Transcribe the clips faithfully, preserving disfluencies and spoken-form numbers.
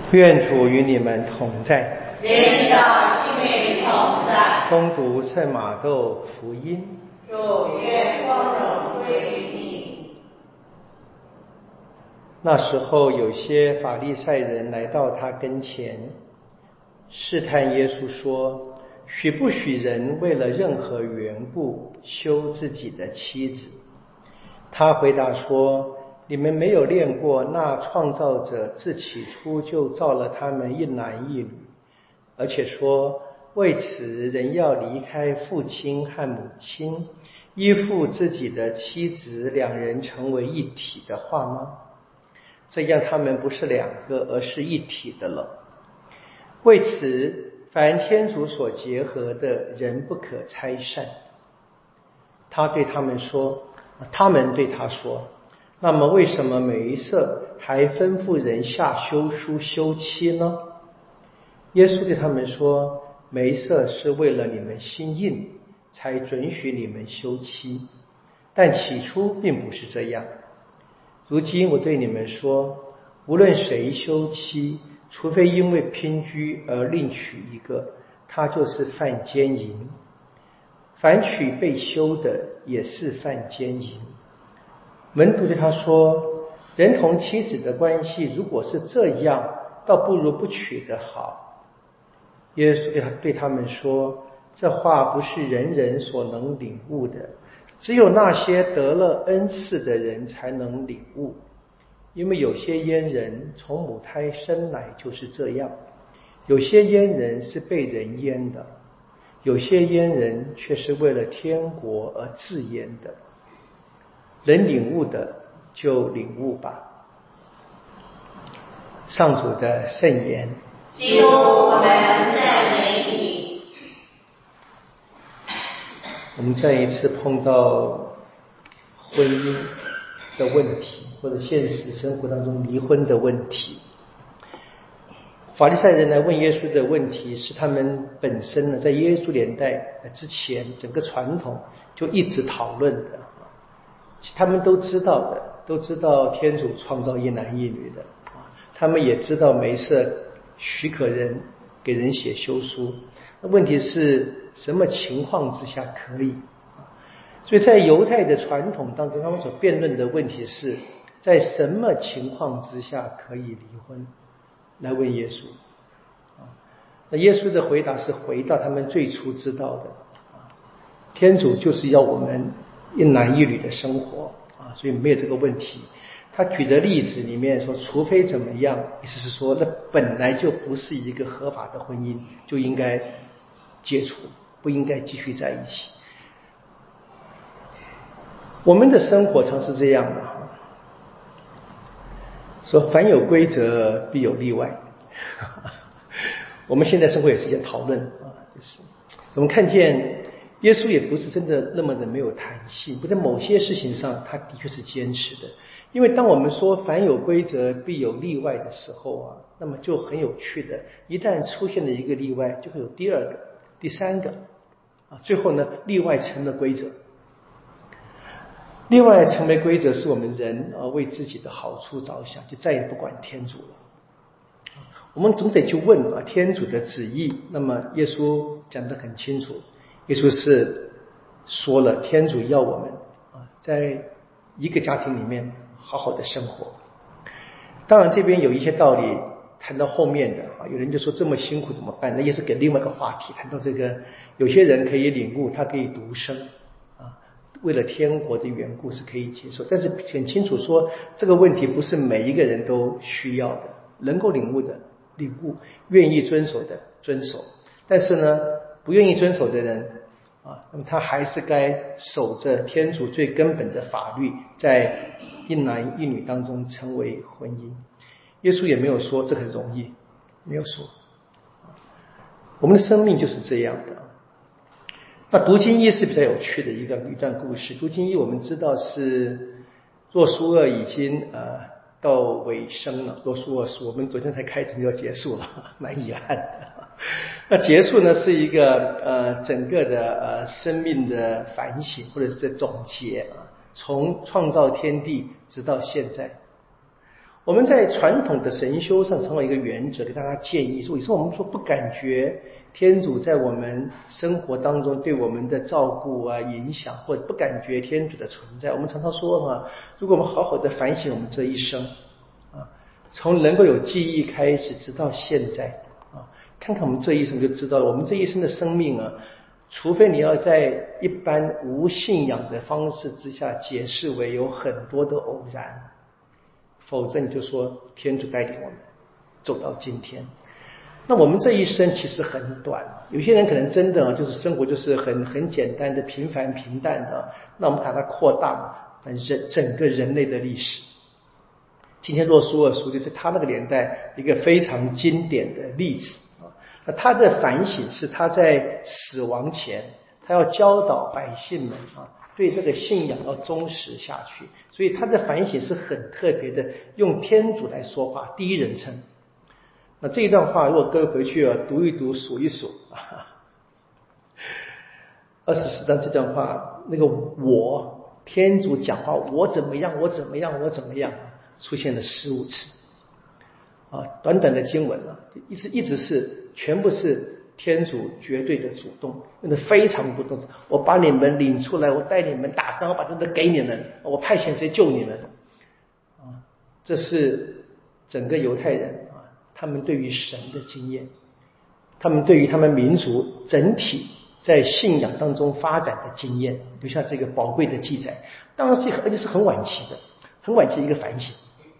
愿主与你们同在。 领导心灵同在。 恭读圣马窦福音。 主愿光荣归于你。 那时候，有些法利赛人来到他跟前，试探耶稣说：许不许人为了任何缘故休自己的妻子？他回答说：你们没有念过那创造者自起初就造了他们一男一女，而且说为此人要离开父亲和母亲，依附自己的妻子，两人成为一体的话吗？这样他们不是两个，而是一体的了。为此，凡天主所结合的，人不可拆散。他对他们说，他们对他说，那么为什么梅瑟还吩咐人下休书休妻呢？耶稣对他们说，梅瑟是为了你们心硬，才准许你们休妻，但起初并不是这样。如今我对你们说，无论谁休妻，除非因为姘居而另娶一个，他就是犯奸淫；凡娶被休的，也是犯奸淫。门徒对他说，人同妻子的关系如果是这样，倒不如不娶的好。耶稣对他对他们说，这话不是人人所能领悟的，只有那些得了恩赐的人才能领悟。因为有些阉人从母胎生来就是这样，有些阉人是被人阉的，有些阉人却是为了天国而自阉的。能领悟的就领悟吧。上主的圣言。 基督，我们赞美你。 我们再一次碰到婚姻的问题，或者现实生活当中离婚的问题。法利赛人来问耶稣的问题，是他们本身呢，在耶稣年代之前，整个传统就一直讨论的。他们都知道的，都知道天主创造一男一女的，他们也知道梅瑟许可人给人写休书。那问题是什么情况之下可以？所以在犹太的传统当中，他们所辩论的问题是在什么情况之下可以离婚，来问耶稣。那耶稣的回答是回到他们最初知道的，天主就是要我们一男一女的生活啊，所以没有这个问题。他举的例子里面说，除非怎么样，意思是说，那本来就不是一个合法的婚姻，就应该解除，不应该继续在一起。我们的生活常是这样的，说凡有规则必有例外。我们现在生活也是在讨论啊，就是我们看见耶稣也不是真的那么的没有弹性，不在某些事情上他的确是坚持的。因为当我们说凡有规则必有例外的时候啊，那么就很有趣的，一旦出现了一个例外，就会有第二个、第三个啊，最后呢，例外成了规则。例外成为规则，是我们人啊为自己的好处着想，就再也不管天主了。我们总得去问啊，天主的旨意。那么耶稣讲得很清楚，耶稣是说了，天主要我们啊，在一个家庭里面好好的生活。当然这边有一些道理谈到后面的啊，有人就说这么辛苦怎么办？那也是给另外一个话题谈到这个，有些人可以领悟，他可以独身啊，为了天国的缘故是可以接受，但是很清楚说这个问题不是每一个人都需要的，能够领悟的领悟，愿意遵守的遵守，但是呢，不愿意遵守的人啊，那么他还是该守着天主最根本的法律，在一男一女当中成为婚姻。耶稣也没有说这很容易，没有说。我们的生命就是这样的。那读经一是比较有趣的一个一段故事。读经一我们知道是若书二已经呃到尾声了，若书二书我们昨天才开始就要结束了，蛮遗憾的。那结束呢是一个呃整个的呃生命的反省或者是总结啊，从创造天地直到现在。 我们在传统的神修上常有一个原则给大家建议说，有时候我们说不感觉天主在我们生活当中对我们的照顾啊、影响，或者不感觉天主的存在，我们常常说啊，如果我们好好的反省我们这一生啊，从能够有记忆开始直到现在啊，看看我们这一生就知道了，我们这一生的生命啊，除非你要在一般无信仰的方式之下解释为有很多的偶然，否则你就说天主带领我们走到今天。那我们这一生其实很短，有些人可能真的就是生活就是很很简单的平凡平淡的，那我们把它扩大人整个人类的历史。今天若苏尔书记在他那个年代一个非常经典的例子啊，那他的反省是他在死亡前，他要教导百姓们啊，对这个信仰要忠实下去，所以他的反省是很特别的，用天主来说话，第一人称。那这一段话，如果各位回去啊读一读、数一数啊，二十四章这段话，那个我天主讲话，我怎么样，我怎么样，我怎么样，出现了十五次啊，短短的经文啊，一直一直是全部是天主绝对的主动，用的非常主动。我把你们领出来，我带你们打仗，我把这个给你们，我派遣谁救你们啊？这是整个犹太人啊，他们对于神的经验，他们对于他们民族整体在信仰当中发展的经验，留下这个宝贵的记载。当然是而且是很晚期的，很晚期的一个反省。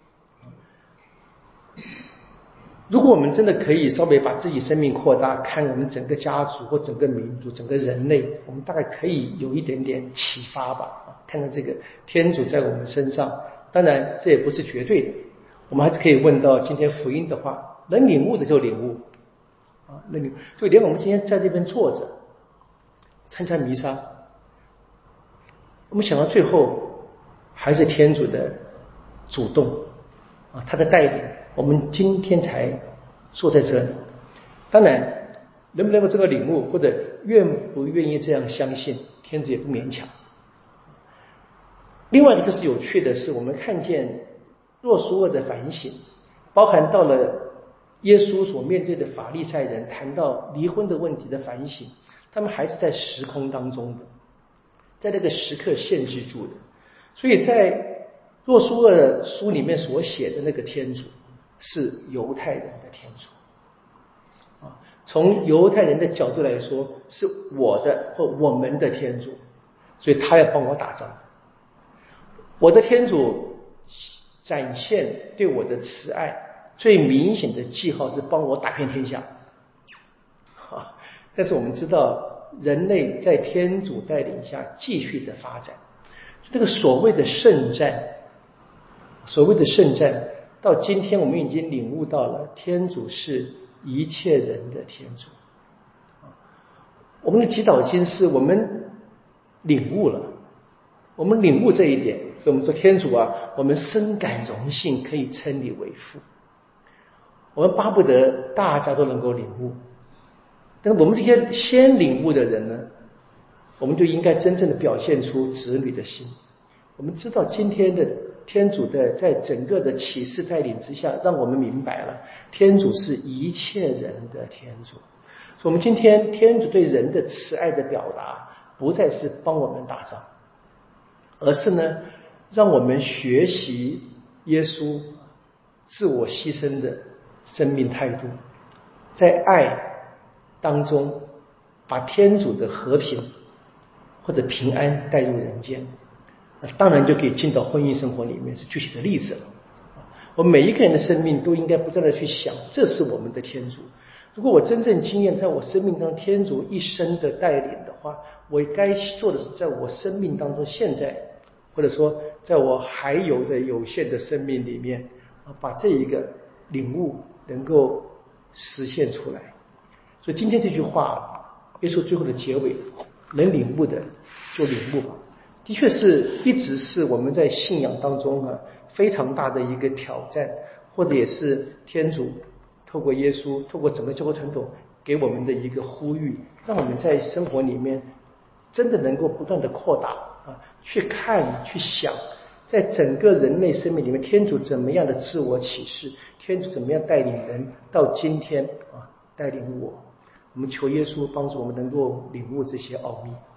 如果我们真的可以稍微把自己生命扩大，看我们整个家族或整个民族、整个人类，我们大概可以有一点点启发吧。看看这个天主在我们身上，当然这也不是绝对的，我们还是可以问到今天福音的话，能领悟的就领悟啊，能领悟，就连我们今天在这边坐着参加弥撒，我们想到最后还是天主的主动啊，他的带领，我们今天才坐在这里。当然能不能够这个领悟，或者愿不愿意这样相信，天主也不勉强。另外一个就是有趣的是，我们看见若苏尔的反省，包含到了耶稣所面对的法利赛人谈到离婚的问题的反省，他们还是在时空当中的，在那个时刻限制住的。所以在若苏尔的书里面所写的那个天主是犹太人的天主啊，从犹太人的角度来说，是我的或我们的天主，所以他要帮我打仗。我的天主展现对我的慈爱，最明显的记号是帮我打遍天下啊！但是我们知道，人类在天主带领下继续的发展，这个所谓的圣战，所谓的圣战，到今天我们已经领悟到了，天主是一切人的天主。我们的祈祷经是我们领悟了。我们领悟这一点，所以我们说天主啊，我们深感荣幸可以称你为父。我们巴不得大家都能够领悟，但是我们这些先领悟的人呢，我们就应该真正的表现出子女的心。我们知道今天的天主的在整个的启示带领之下，让我们明白了天主是一切人的天主。所以我们今天天主对人的慈爱的表达，不再是帮我们打仗，而是呢，让我们学习耶稣自我牺牲的生命态度，在爱当中把天主的和平或者平安带入人间，当然就可以进到婚姻生活里面，是具体的例子了。我们每一个人的生命都应该不断的去想，这是我们的天主。如果我真正经验在我生命当中天主一生的带领的话，我该做的是在我生命当中现在，或者说在我还有的有限的生命里面，把这一个领悟能够实现出来。所以今天这句话，耶稣最后的结尾，能领悟的就领悟吧，的确是一直是我们在信仰当中啊非常大的一个挑战，或者也是天主透过耶稣，透过整个教会传统给我们的一个呼吁，让我们在生活里面真的能够不断的扩大啊，去看去想在整个人类生命里面，天主怎么样的自我启示，天主怎么样带领人到今天啊，带领我，我们求耶稣帮助我们能够领悟这些奥秘。